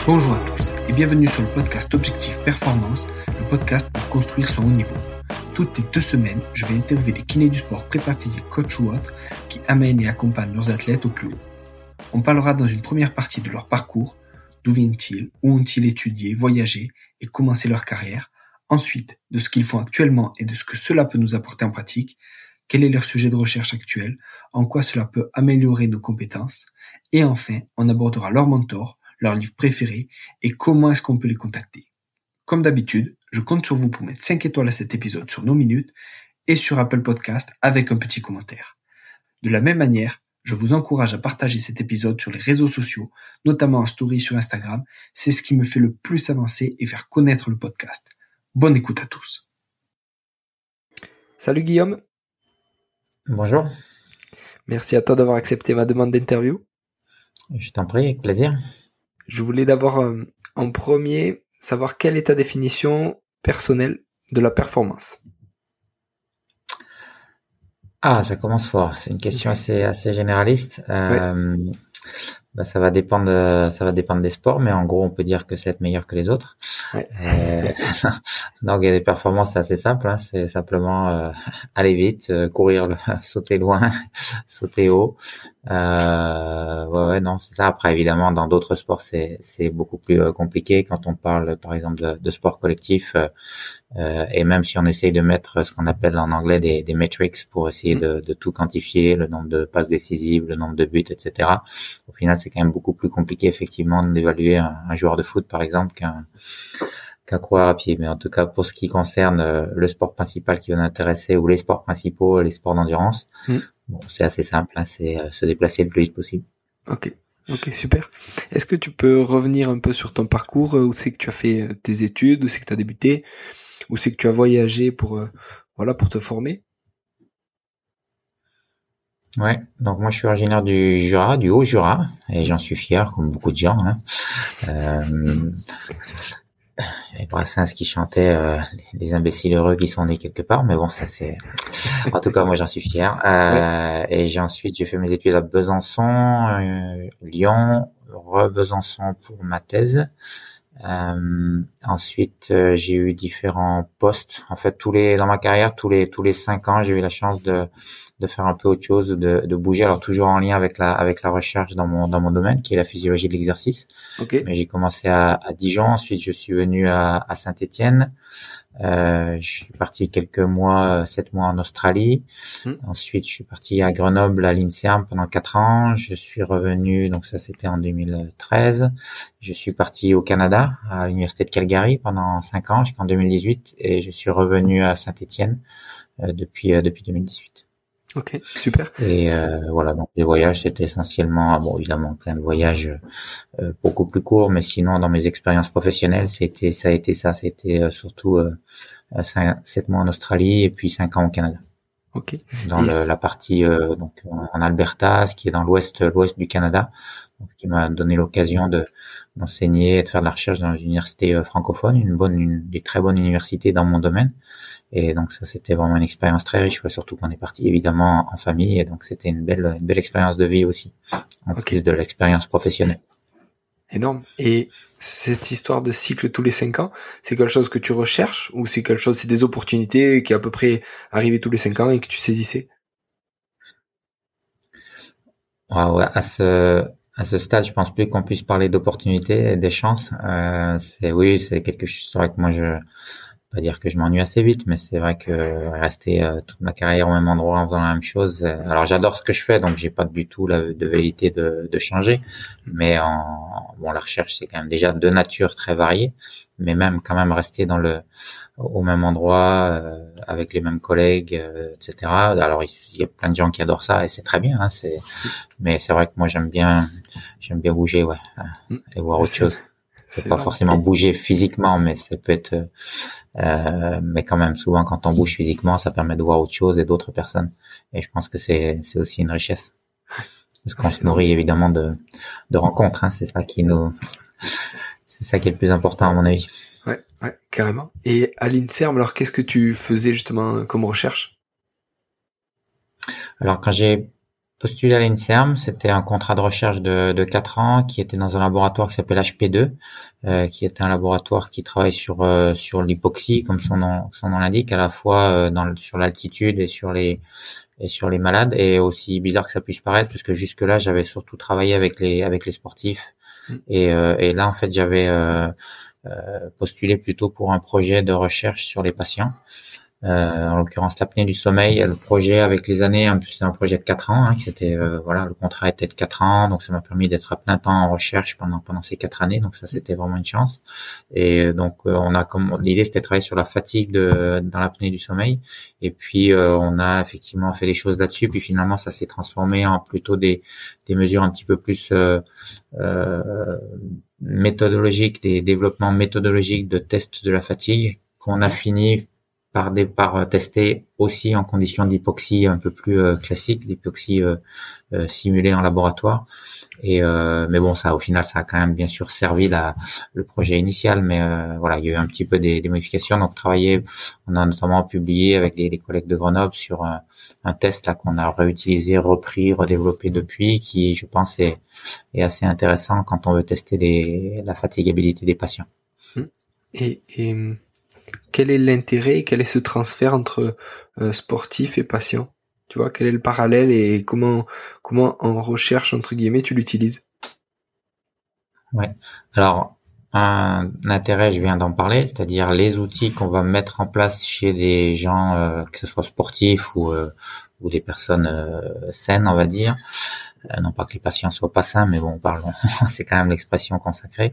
Bonjour à tous et bienvenue sur le podcast Objectif Performance, le podcast pour construire son haut niveau. Toutes les 2 semaines, je vais interviewer des kinés du sport, prépa physique, coach ou autres, qui amènent et accompagnent leurs athlètes au plus haut. On parlera dans une première partie de leur parcours, d'où viennent-ils, où ont-ils étudié, voyagé et commencé leur carrière. Ensuite, de ce qu'ils font actuellement et de ce que cela peut nous apporter en pratique. Quel est leur sujet de recherche actuel, en quoi cela peut améliorer nos compétences. Et enfin, on abordera leur mentor, leur livre préféré et comment est-ce qu'on peut les contacter. Comme d'habitude, je compte sur vous pour mettre 5 étoiles à cet épisode sur nos minutes et sur Apple Podcast avec un petit commentaire. De la même manière, je vous encourage à partager cet épisode sur les réseaux sociaux, notamment en story sur Instagram. C'est ce qui me fait le plus avancer et faire connaître le podcast. Bonne écoute à tous. Salut Guillaume. Bonjour. Merci à toi d'avoir accepté ma demande d'interview. Je t'en prie, avec plaisir. Je voulais d'abord en premier savoir quelle est ta définition personnelle de la performance. Ça commence fort. C'est une question assez généraliste. Ouais. Ça va dépendre des sports, mais en gros, on peut dire que c'est être meilleur que les autres. Ouais. Donc, il y a des performances assez simples. Hein. C'est simplement aller vite, courir, sauter loin, sauter haut. Non, c'est ça. Après, évidemment, dans d'autres sports, c'est beaucoup plus compliqué. Quand on parle, par exemple, de sport collectif, et même si on essaye de mettre ce qu'on appelle en anglais des metrics pour essayer de tout quantifier, le nombre de passes décisives, le nombre de buts, etc. Au final, c'est quand même beaucoup plus compliqué, effectivement, d'évaluer un joueur de foot, par exemple, qu'un coureur à pied. Mais en tout cas, pour ce qui concerne le sport principal qui va nous intéresser, ou les sports principaux, les sports d'endurance, bon, c'est assez simple, hein, c'est se déplacer le plus vite possible. Ok, super. Est-ce que tu peux revenir un peu sur ton parcours, où c'est que tu as fait tes études, où c'est que tu as débuté, où c'est que tu as voyagé pour te former? Ouais, donc moi je suis originaire du Jura, du Haut-Jura, et j'en suis fier, comme beaucoup de gens. Hein. Et Brassens qui chantait les imbéciles heureux qui sont nés quelque part, mais bon, ça c'est... En tout cas, moi j'en suis fier. Et ensuite j'ai fait mes études à Besançon, Lyon, Besançon pour ma thèse. Ensuite, j'ai eu différents postes. En fait, dans ma carrière, tous les 5 ans, j'ai eu la chance de faire un peu autre chose, de bouger. Alors toujours en lien avec la recherche dans mon domaine, qui est la physiologie de l'exercice. Okay. Mais j'ai commencé à Dijon. Ensuite, je suis venu à Saint-Étienne. Je suis parti 7 mois en Australie. Ensuite, je suis parti à Grenoble, à l'INSERM pendant 4 ans. Je suis revenu, donc ça c'était en 2013. Je suis parti au Canada, à l'université de Calgary pendant 5 ans, jusqu'en 2018. Et je suis revenu à Saint-Étienne depuis 2018. Ok, super. Et voilà, donc les voyages c'était essentiellement, évidemment plein de voyages beaucoup plus courts, mais sinon dans mes expériences professionnelles c'était surtout 7 mois en Australie et puis 5 ans au Canada. Ok. Dans la partie donc en Alberta, ce qui est dans l'ouest du Canada, donc qui m'a donné l'occasion d'enseigner et de faire de la recherche dans une université francophone, des très bonnes universités dans mon domaine. Et donc ça c'était vraiment une expérience très riche, surtout qu'on est parti évidemment en famille, et donc c'était une belle expérience de vie aussi, en plus de l'expérience professionnelle. Énorme. Et cette histoire de cycle tous les 5 ans, c'est quelque chose que tu recherches, ou c'est des opportunités qui à peu près arrivaient tous les 5 ans et que tu saisissais? Ouais, à ce stade, je pense plus qu'on puisse parler d'opportunités et des chances. C'est quelque chose. C'est vrai que moi pas dire que je m'ennuie assez vite, mais c'est vrai que rester toute ma carrière au même endroit en faisant la même chose. Alors j'adore ce que je fais, donc j'ai pas du tout de velléité de changer. Mais la recherche c'est quand même déjà de nature très variée, mais même quand même rester au même endroit avec les mêmes collègues, etc. Alors il y a plein de gens qui adorent ça et c'est très bien. Hein, mais c'est vrai que moi j'aime bien bouger, et voir autre chose. C'est pas forcément bouger physiquement, mais ça peut être, mais quand même, souvent quand on bouge physiquement, ça permet de voir autre chose et d'autres personnes. Et je pense que c'est aussi une richesse. Parce qu'on se nourrit évidemment de rencontres, hein. C'est ça qui est le plus important à mon avis. Ouais, carrément. Et à l'INSERM, alors qu'est-ce que tu faisais justement comme recherche? Alors quand j'ai postulé à l'INSERM. C'était un contrat de recherche de 4 ans qui était dans un laboratoire qui s'appelle HP2, qui était un laboratoire qui travaille sur l'hypoxie, comme son nom l'indique, à la fois sur l'altitude et sur les malades. Et aussi bizarre que ça puisse paraître, parce que jusque-là, j'avais surtout travaillé avec les sportifs. Et là, en fait, j'avais postulé plutôt pour un projet de recherche sur les patients. En l'occurrence l'apnée du sommeil. Le projet avec les années, c'est un projet de 4 ans, c'était voilà, le contrat était de 4 ans, donc ça m'a permis d'être à plein temps en recherche pendant ces 4 années, donc ça c'était vraiment une chance. Et donc l'idée c'était de travailler sur la fatigue dans l'apnée du sommeil, et puis on a effectivement fait des choses là-dessus, puis finalement ça s'est transformé en plutôt des mesures un petit peu plus méthodologiques, des développements méthodologiques de tests de la fatigue qu'on a fini par tester aussi en conditions d'hypoxie un peu plus classique, d'hypoxie simulée en laboratoire. Et mais bon, ça au final ça a quand même bien sûr servi le projet initial, mais voilà, il y a eu un petit peu des modifications. Donc on a notamment publié avec des collègues de Grenoble sur un test là qu'on a réutilisé, repris, redéveloppé depuis, qui je pense est assez intéressant quand on veut tester la fatigabilité des patients. Et quel est l'intérêt, quel est ce transfert entre sportif et patient? Tu vois, quel est le parallèle et comment en recherche, entre guillemets, tu l'utilises? Ouais. Alors, un intérêt, je viens d'en parler, c'est-à-dire les outils qu'on va mettre en place chez des gens, que ce soit sportifs ou des personnes saines, on va dire. Non pas que les patients soient pas sains, mais bon, parlons, c'est quand même l'expression consacrée.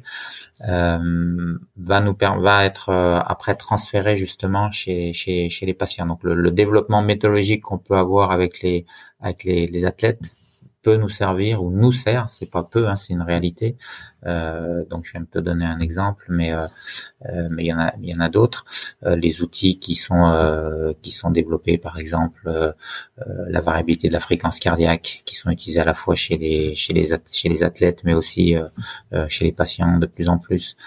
Va être après transféré justement chez les patients. Donc le développement méthodologique qu'on peut avoir avec les athlètes peut nous servir ou nous sert, c'est pas peu, c'est une réalité. Donc je viens de te donner un exemple, mais il y en a d'autres. Les outils qui sont développés, par exemple la variabilité de la fréquence cardiaque, qui sont utilisés à la fois chez les athlètes, mais aussi chez les patients de plus en plus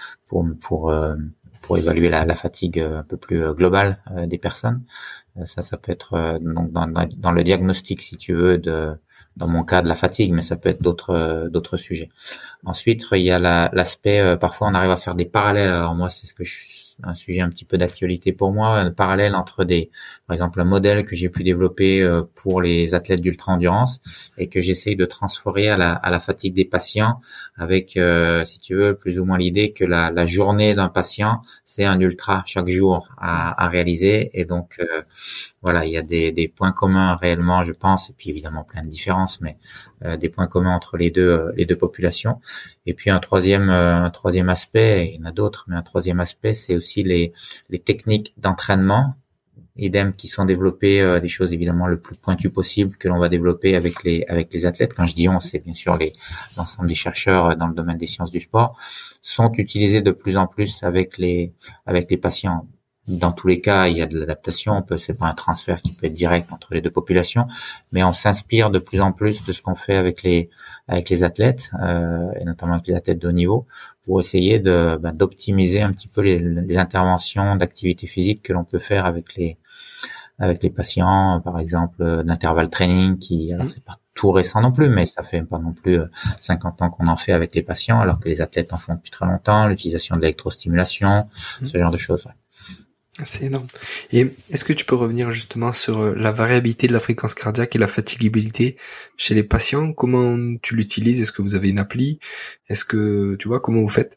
pour évaluer la fatigue un peu plus globale des personnes. Ça peut être donc dans le diagnostic, si tu veux, dans mon cas de la fatigue, mais ça peut être d'autres sujets. Ensuite, il y a l'aspect, parfois on arrive à faire des parallèles. Alors moi, c'est un sujet un petit peu d'actualité pour moi, un parallèle entre par exemple, un modèle que j'ai pu développer pour les athlètes d'ultra-endurance et que j'essaye de transférer à la fatigue des patients avec, si tu veux, plus ou moins l'idée que la journée d'un patient, c'est un ultra chaque jour à réaliser. Et donc, voilà, il y a des points communs réellement, je pense, et puis évidemment plein de différences, mais des points communs entre les deux populations. Et puis un troisième aspect, il y en a d'autres, mais un troisième aspect, c'est aussi les techniques d'entraînement, idem, qui sont développées, des choses évidemment le plus pointues possible que l'on va développer avec les athlètes. Quand je dis on, c'est bien sûr l'ensemble des chercheurs dans le domaine des sciences du sport, sont utilisés de plus en plus avec les patients. Dans tous les cas, il y a de l'adaptation. C'est pas un transfert qui peut être direct entre les deux populations, mais on s'inspire de plus en plus de ce qu'on fait avec les athlètes, et notamment avec les athlètes de haut niveau, pour essayer d'optimiser un petit peu les interventions d'activité physique que l'on peut faire avec les patients, par exemple l'intervalle training, alors c'est pas tout récent non plus, mais ça fait pas non plus 50 ans qu'on en fait avec les patients, alors que les athlètes en font depuis très longtemps, l'utilisation de l'électrostimulation, ce genre de choses. Ouais. C'est énorme. Et est-ce que tu peux revenir justement sur la variabilité de la fréquence cardiaque et la fatigabilité chez les patients? Comment tu l'utilises? Est-ce que vous avez une appli? Est-ce que, tu vois, comment vous faites?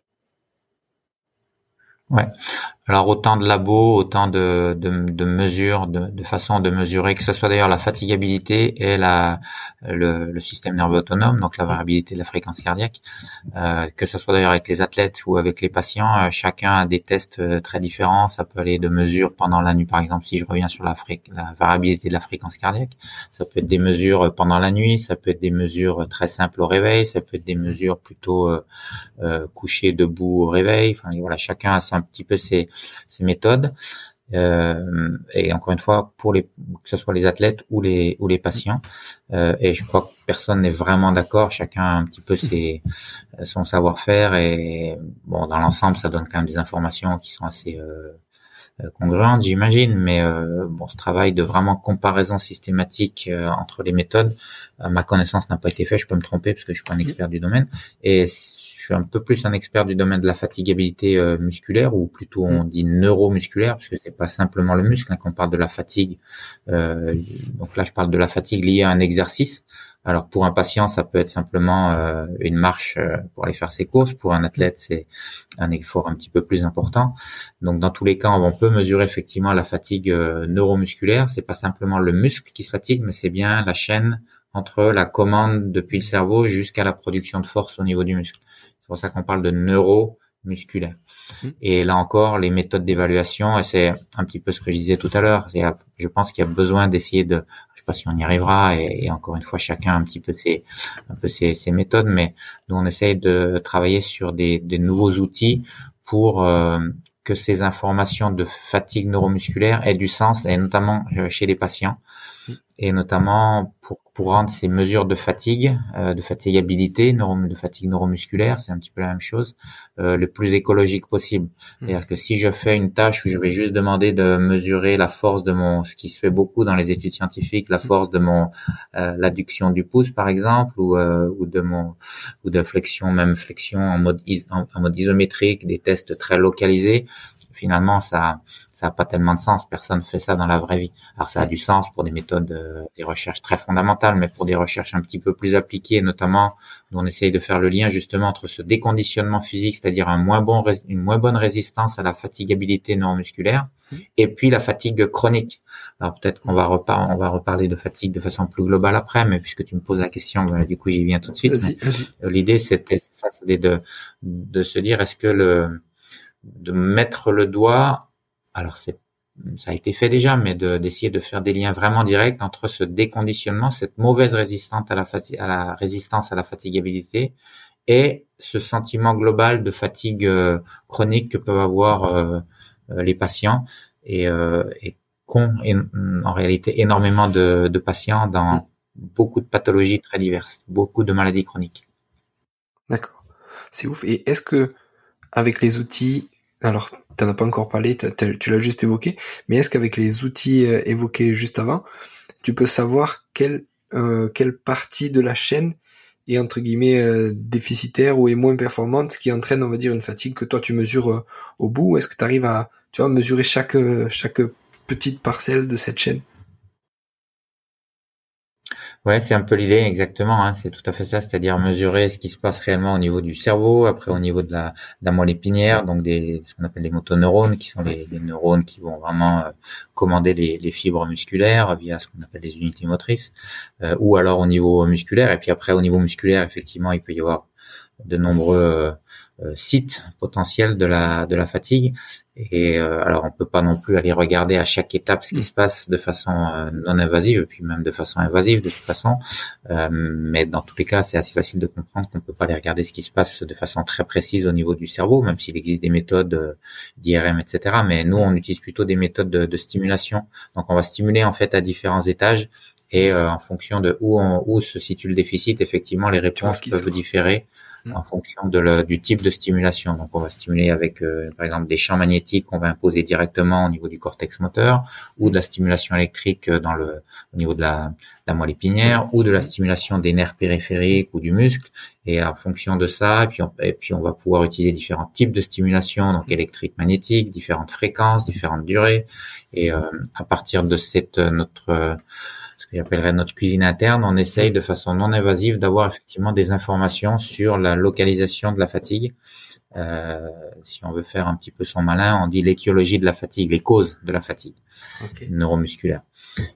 Ouais. Alors autant de labos, autant de mesures, de façons de mesurer, que ce soit d'ailleurs la fatigabilité et le système nerveux autonome, donc la variabilité de la fréquence cardiaque, que ce soit d'ailleurs avec les athlètes ou avec les patients, chacun a des tests très différents. Ça peut aller de mesures pendant la nuit, par exemple, si je reviens sur la variabilité de la fréquence cardiaque, ça peut être des mesures pendant la nuit, ça peut être des mesures très simples au réveil, ça peut être des mesures plutôt couché, debout au réveil. Enfin voilà, chacun a un petit peu ses méthodes, et encore une fois, que ce soit les athlètes ou les patients, et je crois que personne n'est vraiment d'accord, chacun a un petit peu son savoir-faire, et bon, dans l'ensemble ça donne quand même des informations qui sont assez congruente, j'imagine, mais bon, ce travail de vraiment comparaison systématique entre les méthodes, à ma connaissance, n'a pas été fait. Je peux me tromper parce que je suis pas un expert du domaine, et je suis un peu plus un expert du domaine de la fatigabilité musculaire, ou plutôt on dit neuromusculaire, parce que c'est pas simplement le muscle, hein, qu'on parle de la fatigue. Donc là, je parle de la fatigue liée à un exercice. Alors pour un patient, ça peut être simplement une marche pour aller faire ses courses. Pour un athlète, c'est un effort un petit peu plus important. Donc dans tous les cas, on peut mesurer effectivement la fatigue neuromusculaire. C'est pas simplement le muscle qui se fatigue, mais c'est bien la chaîne entre la commande depuis le cerveau jusqu'à la production de force au niveau du muscle. C'est pour ça qu'on parle de neuromusculaire. Et là encore, les méthodes d'évaluation, et c'est un petit peu ce que je disais tout à l'heure, je pense qu'il y a besoin d'essayer de, je sais pas si on y arrivera, et encore une fois, chacun un petit peu ses méthodes, mais nous on essaye de travailler sur des nouveaux outils pour que ces informations de fatigue neuromusculaire aient du sens, et notamment chez les patients, et notamment pour rendre ces mesures de fatigue, de fatigabilité, de fatigue neuromusculaire, c'est un petit peu la même chose, le plus écologique possible. C'est-à-dire que si je fais une tâche où je vais juste demander de mesurer la force de ce qui se fait beaucoup dans les études scientifiques, la force de l'adduction du pouce par exemple, ou de flexion en mode isométrique, des tests très localisés. Finalement, ça a pas tellement de sens. Personne fait ça dans la vraie vie. Alors, ça a du sens pour des méthodes, des recherches très fondamentales, mais pour des recherches un petit peu plus appliquées, notamment, où on essaye de faire le lien justement entre ce déconditionnement physique, c'est-à-dire une moins bonne résistance à la fatigabilité neuromusculaire, et puis la fatigue chronique. Alors, peut-être qu'on va reparler de fatigue de façon plus globale après, mais puisque tu me poses la question, du coup, j'y viens tout de suite. Vas-y. L'idée, c'était de se dire, est-ce que de mettre le doigt, alors ça a été fait déjà, mais d'essayer de faire des liens vraiment directs entre ce déconditionnement, cette mauvaise résistance à la fatigabilité, et ce sentiment global de fatigue chronique que peuvent avoir les patients, et qu'ont en réalité énormément de patients dans beaucoup de pathologies très diverses, beaucoup de maladies chroniques. D'accord, c'est ouf. Et est-ce que avec les outils, alors t'en as pas encore parlé, tu l'as juste évoqué, mais est-ce qu'avec les outils évoqués juste avant, tu peux savoir quelle partie de la chaîne est entre guillemets déficitaire ou est moins performante, ce qui entraîne, on va dire, une fatigue que toi tu mesures au bout, ou est-ce que tu arrives à, mesurer chaque petite parcelle de cette chaîne? Ouais, c'est un peu l'idée, exactement, hein, c'est tout à fait ça, c'est-à-dire mesurer ce qui se passe réellement au niveau du cerveau, après au niveau de la moelle épinière, donc ce qu'on appelle les motoneurones, qui sont les neurones qui vont vraiment commander les fibres musculaires via ce qu'on appelle les unités motrices, ou alors au niveau musculaire, et puis après au niveau musculaire, effectivement, il peut y avoir de nombreux sites potentiels de la fatigue, et alors on peut pas non plus aller regarder à chaque étape ce qui se passe de façon non invasive, et puis même de façon invasive de toute façon, mais dans tous les cas c'est assez facile de comprendre qu'on peut pas aller regarder ce qui se passe de façon très précise au niveau du cerveau, même s'il existe des méthodes d'IRM, etc. Mais nous on utilise plutôt des méthodes de stimulation, donc on va stimuler en fait à différents étages, et en fonction de où se situe le déficit, effectivement les réponses peuvent différer en fonction du type de stimulation. Donc on va stimuler avec par exemple des champs magnétiques qu'on va imposer directement au niveau du cortex moteur, ou de la stimulation électrique au niveau de la moelle épinière, ou de la stimulation des nerfs périphériques ou du muscle, et en fonction de ça, et puis on va pouvoir utiliser différents types de stimulation, donc électrique, magnétique, différentes fréquences, différentes durées, et à partir de ce que j'appellerais notre cuisine interne, on essaye de façon non invasive d'avoir effectivement des informations sur la localisation de la fatigue. Si on veut faire un petit peu son malin, on dit l'étiologie de la fatigue, les causes de la fatigue neuromusculaire.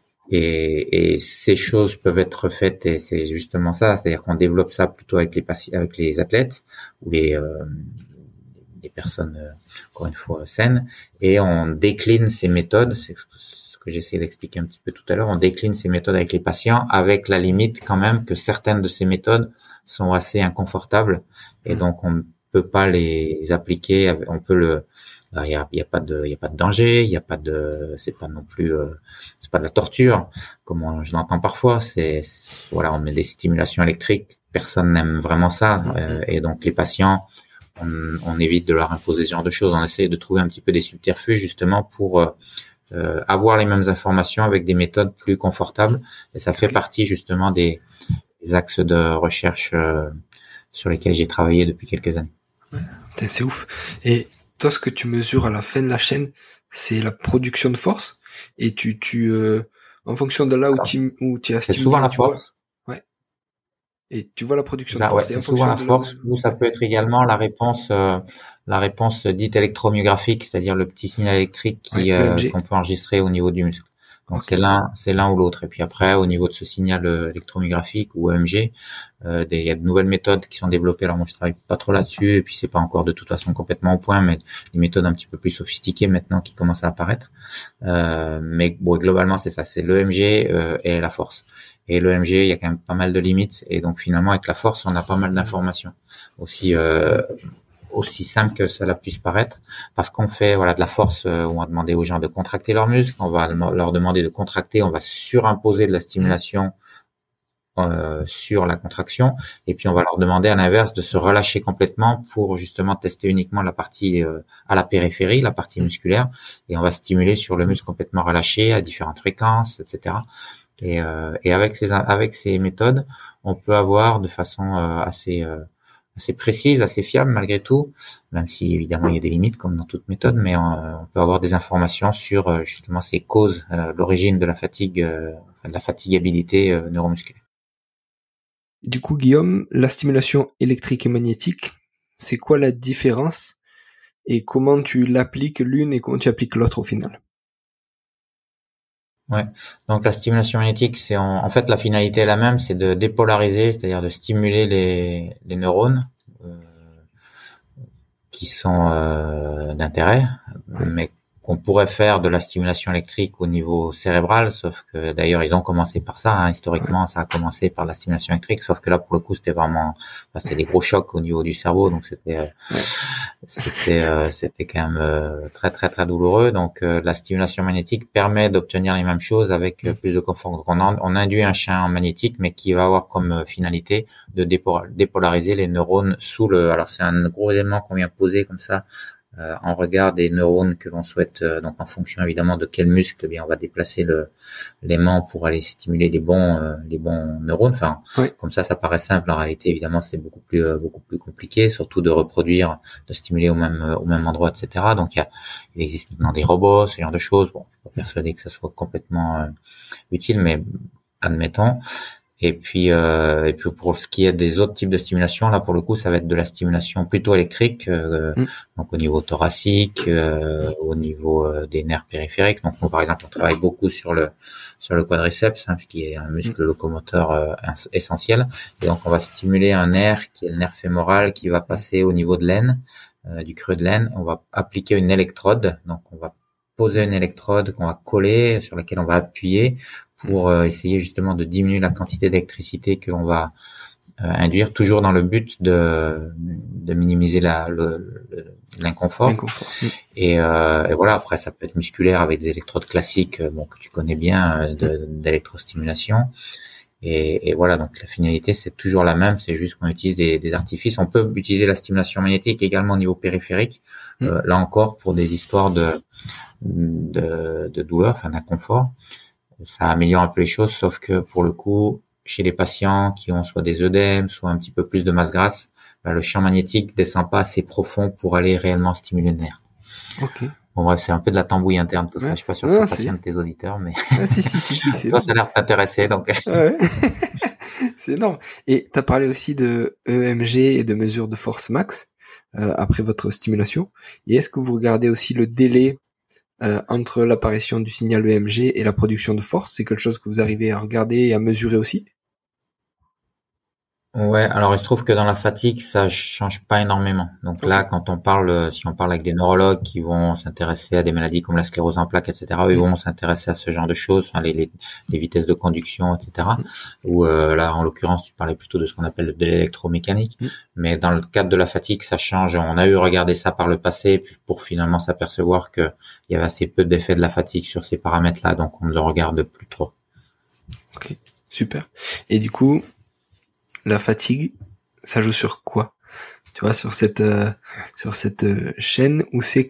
Et ces choses peuvent être faites, et c'est justement ça, c'est-à-dire qu'on développe ça plutôt avec les athlètes ou les personnes encore une fois saines, et on décline ces méthodes. C'est que j'essaie d'expliquer un petit peu tout à l'heure, on décline ces méthodes avec les patients, avec la limite quand même que certaines de ces méthodes sont assez inconfortables, et donc on ne peut pas les appliquer. On peut il y a pas de danger, c'est pas non plus, c'est pas de la torture comme je l'entends parfois. On met des stimulations électriques, personne n'aime vraiment ça, et donc les patients on évite de leur imposer ce genre de choses. On essaie de trouver un petit peu des subterfuges justement pour avoir les mêmes informations avec des méthodes plus confortables. Et ça fait partie justement des axes de recherche sur lesquels j'ai travaillé depuis quelques années. C'est ouf. Et toi, ce que tu mesures à la fin de la chaîne, c'est la production de force. Et en fonction de là où tu as stimulé, c'est souvent la force. Ouais. Et tu vois la production de Ouais, force. c'est souvent la force. Ou ça peut être également la réponse dite électromyographique, c'est-à-dire le petit signal électrique qu'on peut enregistrer au niveau du muscle. Donc c'est l'un ou l'autre. Et puis après, au niveau de ce signal électromyographique ou EMG, il y a de nouvelles méthodes qui sont développées. Alors moi, je travaille pas trop là-dessus, et puis c'est pas encore de toute façon complètement au point, mais des méthodes un petit peu plus sophistiquées maintenant qui commencent à apparaître. Mais bon, globalement, c'est ça, c'est l'EMG et la force. Et l'EMG, il y a quand même pas mal de limites, et donc finalement, avec la force, on a pas mal d'informations. Aussi simple que cela puisse paraître, parce qu'on fait de la force, on va demander aux gens de contracter leurs muscles, on va leur demander de contracter, on va surimposer de la stimulation sur la contraction, et puis on va leur demander à l'inverse de se relâcher complètement pour justement tester uniquement la partie à la périphérie, la partie musculaire, et on va stimuler sur le muscle complètement relâché à différentes fréquences, etc. Et avec ces méthodes, on peut avoir de façon assez précise, assez fiable malgré tout, même si évidemment il y a des limites comme dans toute méthode, mais on peut avoir des informations sur justement ces causes, l'origine de la fatigue, de la fatigabilité neuromusculaire. Du coup, Guillaume, la stimulation électrique et magnétique, c'est quoi la différence et comment tu l'appliques l'une et comment tu appliques l'autre au final? Ouais. Donc la stimulation magnétique, c'est en fait la finalité est la même, c'est de dépolariser, c'est-à-dire de stimuler les neurones qui sont d'intérêt, mais qu'on pourrait faire de la stimulation électrique au niveau cérébral, sauf que d'ailleurs ils ont commencé par ça, hein, historiquement ça a commencé par la stimulation électrique, sauf que là pour le coup c'était des gros chocs au niveau du cerveau, donc c'était quand même très très très douloureux. Donc la stimulation magnétique permet d'obtenir les mêmes choses avec plus de confort. Donc on induit un champ magnétique, mais qui va avoir comme finalité de dépolariser les neurones alors c'est un gros élément qu'on vient poser comme ça en regard des neurones que l'on souhaite, donc en fonction évidemment de quel muscle, eh bien on va déplacer l'aimant pour aller stimuler les bons neurones. Enfin, comme ça paraît simple. En réalité, évidemment, c'est beaucoup plus compliqué, surtout de reproduire, de stimuler au même endroit, etc. Donc il existe maintenant des robots, ce genre de choses. Bon, je suis pas persuadé que ça soit complètement utile, mais admettons. Et puis pour ce qui est des autres types de stimulation, là pour le coup ça va être de la stimulation plutôt électrique, donc au niveau thoracique, au niveau des nerfs périphériques. Donc nous par exemple on travaille beaucoup sur le quadriceps, qui est un muscle locomoteur essentiel. Et donc on va stimuler un nerf qui est le nerf fémoral, qui va passer au niveau de l'aine, du creux de l'aine. On va appliquer une électrode, donc on va poser une électrode qu'on va coller, sur laquelle on va appuyer pour essayer justement de diminuer la quantité d'électricité que l'on va induire, toujours dans le but de minimiser l'inconfort. Et voilà, après ça peut être musculaire avec des électrodes classiques, que tu connais bien, d'électrostimulation. Et voilà, donc la finalité c'est toujours la même, c'est juste qu'on utilise des artifices. On peut utiliser la stimulation magnétique également au niveau périphérique, là encore pour des histoires de douleur, d'inconfort. Ça améliore un peu les choses, sauf que pour le coup, chez les patients qui ont soit des œdèmes, soit un petit peu plus de masse grasse, le champ magnétique descend pas assez profond pour aller réellement stimuler le nerf. Okay. Bon bref, c'est un peu de la tambouille interne tout ça. Je suis pas sûr que ça passionne tes auditeurs, mais si, toi ça a l'air de t'intéresser, donc. Ouais. C'est énorme. Et tu as parlé aussi de EMG et de mesure de force max après votre stimulation. Et est-ce que vous regardez aussi le délai entre l'apparition du signal EMG et la production de force? C'est quelque chose que vous arrivez à regarder et à mesurer aussi? Ouais, alors il se trouve que dans la fatigue, ça change pas énormément. Donc là, quand si on parle avec des neurologues qui vont s'intéresser à des maladies comme la sclérose en plaques, etc., ils vont s'intéresser à ce genre de choses, les vitesses de conduction, etc. Ou là, en l'occurrence, tu parlais plutôt de ce qu'on appelle de l'électromécanique. Mais dans le cadre de la fatigue, ça change. On a eu regardé ça par le passé pour finalement s'apercevoir que il y avait assez peu d'effet de la fatigue sur ces paramètres-là, donc on ne le regarde plus trop. Ok, super. Et du coup, la fatigue, ça joue sur quoi? tu vois, sur cette chaîne où c'est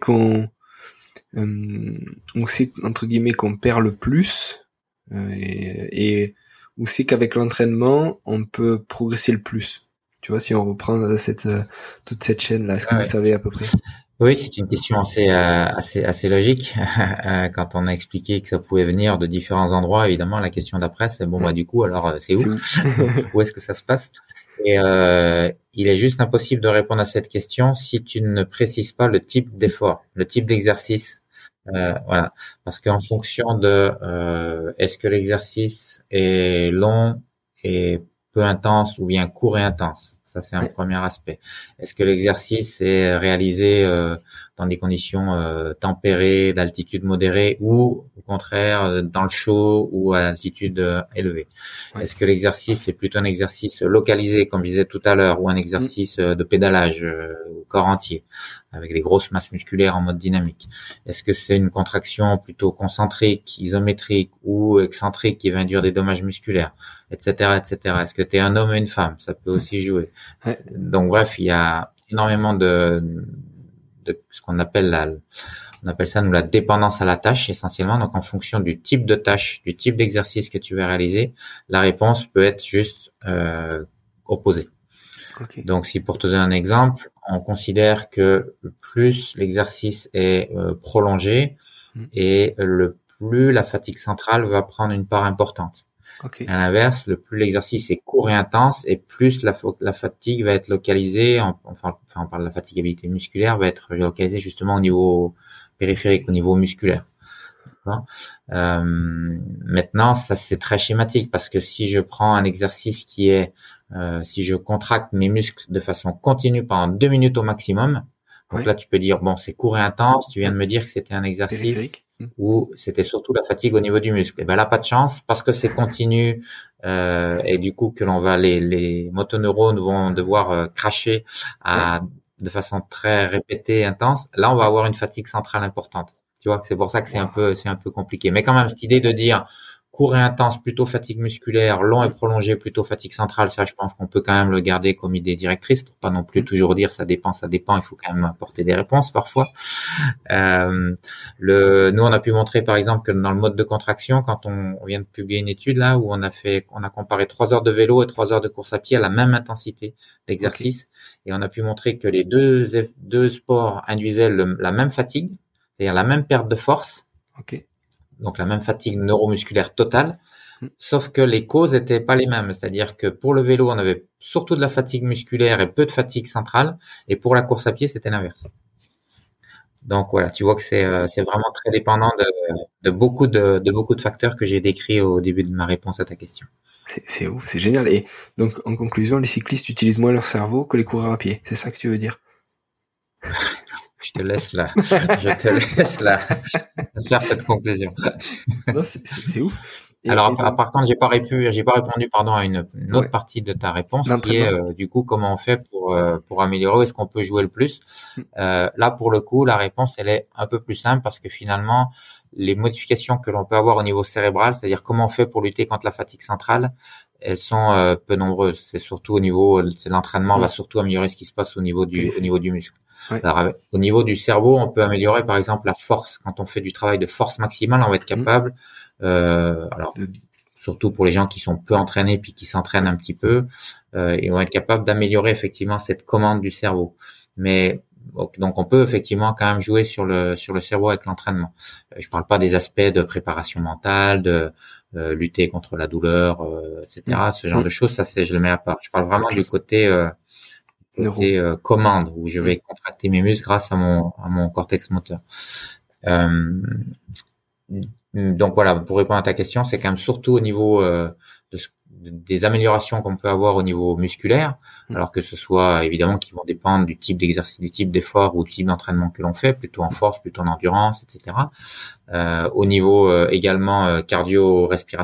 entre guillemets qu'on perd le plus, et où c'est qu'avec l'entraînement on peut progresser le plus. Tu vois, si on reprend toute cette chaîne là, est-ce que vous savez à peu près? Oui, c'est une question assez logique. Quand on a expliqué que ça pouvait venir de différents endroits, évidemment, la question d'après, c'est bon, bah du coup, alors c'est où? Où est-ce que ça se passe? Et il est juste impossible de répondre à cette question si tu ne précises pas le type d'effort, le type d'exercice. Voilà, parce qu'en fonction de est-ce que l'exercice est long et peu intense ou bien court et intense. Ça, c'est un premier aspect. Est-ce que l'exercice est réalisé dans des conditions tempérées, d'altitude modérée, ou au contraire dans le chaud ou à altitude élevée? Est-ce que l'exercice est plutôt un exercice localisé, comme je disais tout à l'heure, ou un exercice de pédalage au corps entier, avec des grosses masses musculaires en mode dynamique? Est-ce que c'est une contraction plutôt concentrique, isométrique ou excentrique qui va induire des dommages musculaires, etc., etc. Est-ce que tu es un homme ou une femme? Ça peut aussi jouer. Donc bref, il y a énormément de ce qu'on appelle on appelle ça nous la dépendance à la tâche essentiellement. Donc en fonction du type de tâche, du type d'exercice que tu vas réaliser, la réponse peut être juste opposée. Okay. Donc si pour te donner un exemple, on considère que plus l'exercice est prolongé et le plus la fatigue centrale va prendre une part importante. Okay. À l'inverse, le plus l'exercice est court et intense, et plus la fatigue va être localisée, on parle de la fatigabilité musculaire, va être localisée justement au niveau périphérique, au niveau musculaire. Maintenant, ça c'est très schématique, parce que si je prends un exercice qui est, si je contracte mes muscles de façon continue pendant 2 minutes au maximum, donc là tu peux dire bon, c'est court et intense. Tu viens de me dire que c'était un exercice où c'était surtout la fatigue au niveau du muscle. Et ben là, pas de chance, parce que c'est continu, et du coup que l'on va les motoneurones vont devoir cracher de façon très répétée et intense. Là, on va avoir une fatigue centrale importante. Tu vois, c'est pour ça que c'est un peu compliqué. Mais quand même, cette idée de dire court et intense, plutôt fatigue musculaire, long et prolongé, plutôt fatigue centrale, ça, je pense qu'on peut quand même le garder comme idée directrice, pour pas non plus toujours dire ça dépend. Il faut quand même apporter des réponses parfois. Nous, on a pu montrer, par exemple, que dans le mode de contraction, quand on vient de publier une étude là où on a comparé 3 heures de vélo et 3 heures de course à pied à la même intensité d'exercice, et on a pu montrer que les deux sports induisaient la même fatigue, c'est-à-dire la même perte de force. Donc la même fatigue neuromusculaire totale, sauf que les causes étaient pas les mêmes. C'est-à-dire que pour le vélo, on avait surtout de la fatigue musculaire et peu de fatigue centrale, et pour la course à pied, c'était l'inverse. Donc voilà, tu vois que c'est vraiment très dépendant de beaucoup de facteurs que j'ai décrits au début de ma réponse à ta question. C'est ouf, c'est génial. Et donc en conclusion, les cyclistes utilisent moins leur cerveau que les coureurs à pied. C'est ça que tu veux dire? Je te laisse là faire cette conclusion. Non, c'est ouf. Alors, par contre, j'ai pas répondu, à une autre partie de ta réponse, qui est, du coup, comment on fait pour améliorer, où est-ce qu'on peut jouer le plus? Là, pour le coup, la réponse, elle est un peu plus simple, parce que finalement, les modifications que l'on peut avoir au niveau cérébral, c'est-à-dire comment on fait pour lutter contre la fatigue centrale, elles sont peu nombreuses. C'est surtout l'entraînement va surtout améliorer ce qui se passe au niveau du muscle. Alors, au niveau du cerveau, on peut améliorer, par exemple, la force. Quand on fait du travail de force maximale, on va être capable, surtout pour les gens qui sont peu entraînés puis qui s'entraînent un petit peu, ils vont être capables d'améliorer effectivement cette commande du cerveau. Mais donc on peut effectivement quand même jouer sur le cerveau avec l'entraînement. Je parle pas des aspects de préparation mentale, de lutter contre la douleur, etc. Ce genre de choses, ça je le mets à part. Je parle vraiment du côté commande, où je vais contracter mes muscles grâce à mon cortex moteur. Donc voilà, pour répondre à ta question, c'est quand même surtout au niveau des améliorations qu'on peut avoir au niveau musculaire, alors que ce soit évidemment qui vont dépendre du type d'exercice, du type d'effort ou du type d'entraînement que l'on fait, plutôt en force, plutôt en endurance, etc. Au niveau également cardio-respiratoire,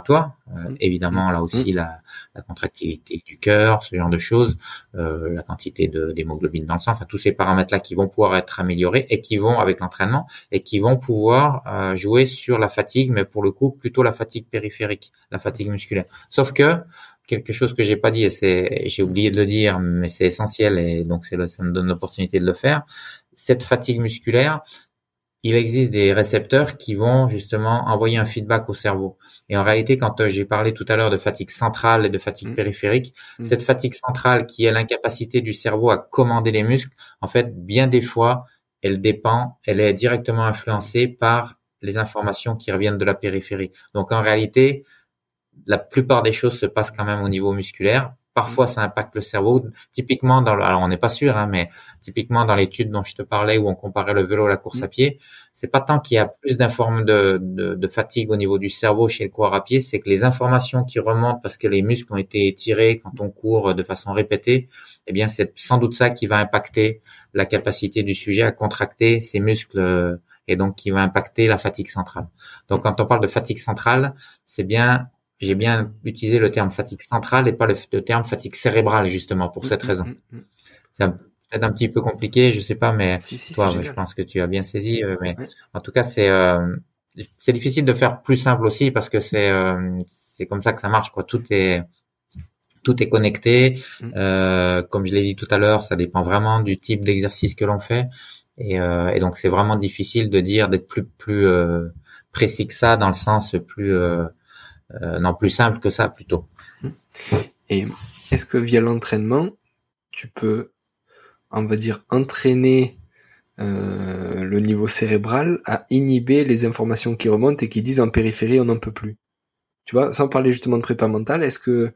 Évidemment, là aussi, la contractilité du cœur, ce genre de choses, la quantité d'hémoglobine dans le sang, enfin tous ces paramètres-là qui vont pouvoir être améliorés et qui vont, avec l'entraînement, et qui vont pouvoir jouer sur la fatigue, mais pour le coup, plutôt la fatigue périphérique, la fatigue musculaire. Sauf que quelque chose que j'ai pas dit, et j'ai oublié de le dire, mais c'est essentiel, et donc ça me donne l'opportunité de le faire. Cette fatigue musculaire, il existe des récepteurs qui vont justement envoyer un feedback au cerveau. Et en réalité, quand j'ai parlé tout à l'heure de fatigue centrale et de fatigue périphérique, cette fatigue centrale qui est l'incapacité du cerveau à commander les muscles, en fait, bien des fois, elle est directement influencée par les informations qui reviennent de la périphérie. Donc en réalité, la plupart des choses se passent quand même au niveau musculaire. Parfois, ça impacte le cerveau. Typiquement, alors on n'est pas sûr, hein, mais typiquement dans l'étude dont je te parlais où on comparait le vélo à la course à pied, c'est pas tant qu'il y a plus de fatigue au niveau du cerveau chez le coureur à pied, c'est que les informations qui remontent parce que les muscles ont été étirés quand on court de façon répétée, eh bien, c'est sans doute ça qui va impacter la capacité du sujet à contracter ses muscles et donc qui va impacter la fatigue centrale. Donc, quand on parle de fatigue centrale, j'ai bien utilisé le terme fatigue centrale et pas le terme fatigue cérébrale, justement, pour cette raison. C'est peut-être un petit peu compliqué, je sais pas, mais toi, je pense que tu as bien saisi. Mais en tout cas, c'est difficile de faire plus simple aussi parce que c'est comme ça que ça marche, quoi. Tout est connecté. Comme je l'ai dit tout à l'heure, ça dépend vraiment du type d'exercice que l'on fait. Et donc, c'est vraiment difficile d'être plus précis que ça, dans le sens plus simple que ça, plutôt. Et est-ce que via l'entraînement, tu peux, on va dire, entraîner le niveau cérébral à inhiber les informations qui remontent et qui disent en périphérie on n'en peut plus? Tu vois, sans parler justement de prépa mentale, est-ce que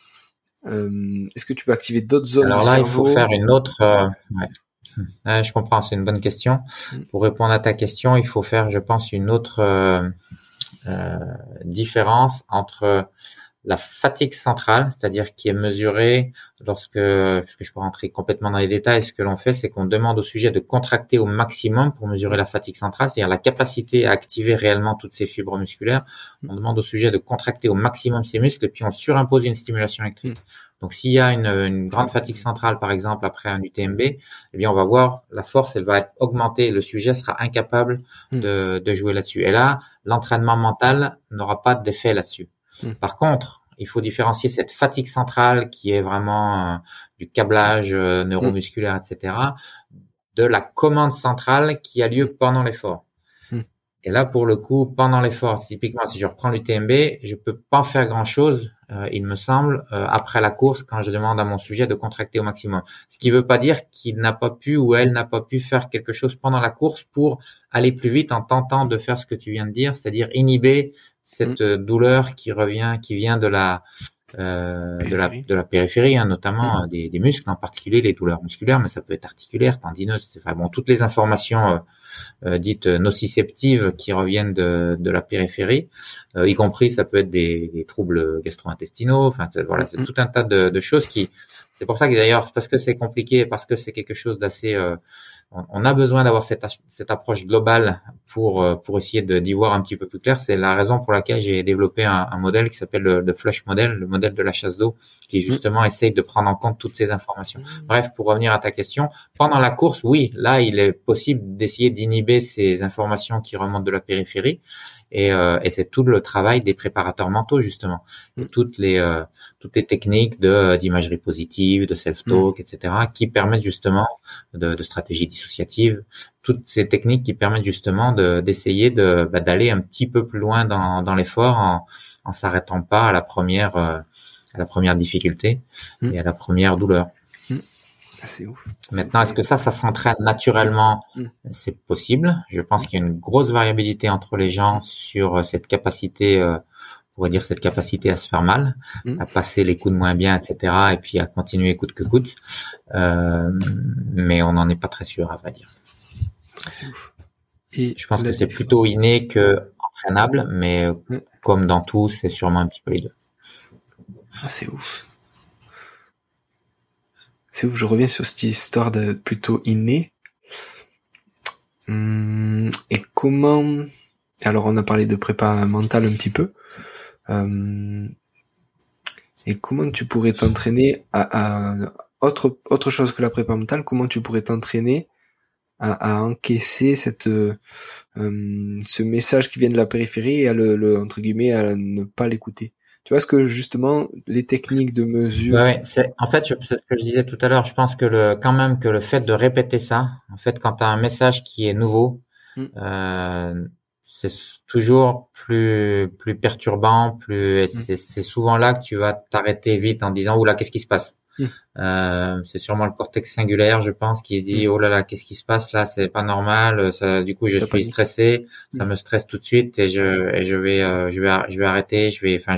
tu peux activer d'autres zones du cerveau? Alors là, il faut faire une autre... je comprends, c'est une bonne question. Pour répondre à ta question, il faut faire, je pense, une autre différence entre la fatigue centrale, c'est-à-dire qui est mesurée puisque je peux rentrer complètement dans les détails, ce que l'on fait, c'est qu'on demande au sujet de contracter au maximum pour mesurer la fatigue centrale, c'est-à-dire la capacité à activer réellement toutes ces fibres musculaires. On demande au sujet de contracter au maximum ses muscles et puis on surimpose une stimulation électrique. Donc, s'il y a une grande fatigue centrale, par exemple, après un UTMB, eh bien, on va voir la force, elle va être augmentée. Le sujet sera incapable de jouer là-dessus. Et là, l'entraînement mental n'aura pas d'effet là-dessus. Par contre, il faut différencier cette fatigue centrale qui est vraiment du câblage neuromusculaire, etc., de la commande centrale qui a lieu pendant l'effort. Et là, pour le coup, pendant l'effort, typiquement, si je reprends l'UTMB, je peux pas faire grand-chose, il me semble, après la course, quand je demande à mon sujet de contracter au maximum. Ce qui veut pas dire qu'il n'a pas pu ou elle n'a pas pu faire quelque chose pendant la course pour aller plus vite en tentant de faire ce que tu viens de dire, c'est-à-dire inhiber cette douleur qui vient de la périphérie, hein, notamment des muscles, en particulier les douleurs musculaires, mais ça peut être articulaire, tendineuses, enfin bon, toutes les informations dites nociceptives qui reviennent de la périphérie, y compris ça peut être des troubles gastro-intestinaux, enfin voilà, c'est tout un tas de choses c'est pour ça que d'ailleurs, parce que c'est compliqué, parce que c'est quelque chose d'assez on a besoin d'avoir cette approche globale pour essayer d'y voir un petit peu plus clair. C'est la raison pour laquelle j'ai développé un modèle qui s'appelle le Flush Model, le modèle de la chasse d'eau, qui justement essaye de prendre en compte toutes ces informations. Bref, pour revenir à ta question, pendant la course, oui, là, il est possible d'essayer d'inhiber ces informations qui remontent de la périphérie, et c'est tout le travail des préparateurs mentaux, justement. Et toutes les techniques d'imagerie positive, de self-talk, etc., qui permettent justement de stratégies dissociatives, toutes ces techniques qui permettent justement d'essayer d'aller un petit peu plus loin dans l'effort en s'arrêtant pas à la première difficulté et à la première douleur. C'est ouf. Maintenant, est-ce que ça s'entraîne naturellement? C'est possible. Je pense qu'il y a une grosse variabilité entre les gens sur cette capacité, on pourrait dire cette capacité à se faire mal, à passer les coups de moins bien, etc., et puis à continuer coûte que coûte. Mais on n'en est pas très sûr, à vrai dire. C'est ouf. Et je pense que c'est plutôt inné que entraînable, mais comme dans tout, c'est sûrement un petit peu les deux. Ah, c'est ouf. C'est ouf, je reviens sur cette histoire de plutôt inné. Et comment... Alors, on a parlé de prépa mentale un petit peu. Et comment tu pourrais t'entraîner à autre chose que la prépa mentale, comment tu pourrais t'entraîner à encaisser ce message qui vient de la périphérie et à le entre guillemets à ne pas l'écouter. Tu vois ce que justement les techniques de mesure. Ouais, c'est ce que je disais tout à l'heure. Je pense que quand même que le fait de répéter ça, en fait, quand tu as un message qui est nouveau, c'est toujours plus perturbant, et c'est souvent là que tu vas t'arrêter vite en disant oula, qu'est-ce qui se passe? C'est sûrement le cortex singulaire, je pense, qui se dit oh là là, qu'est-ce qui se passe là, c'est pas normal, ça, du coup je suis stressé, ça me stresse tout de suite et je vais arrêter,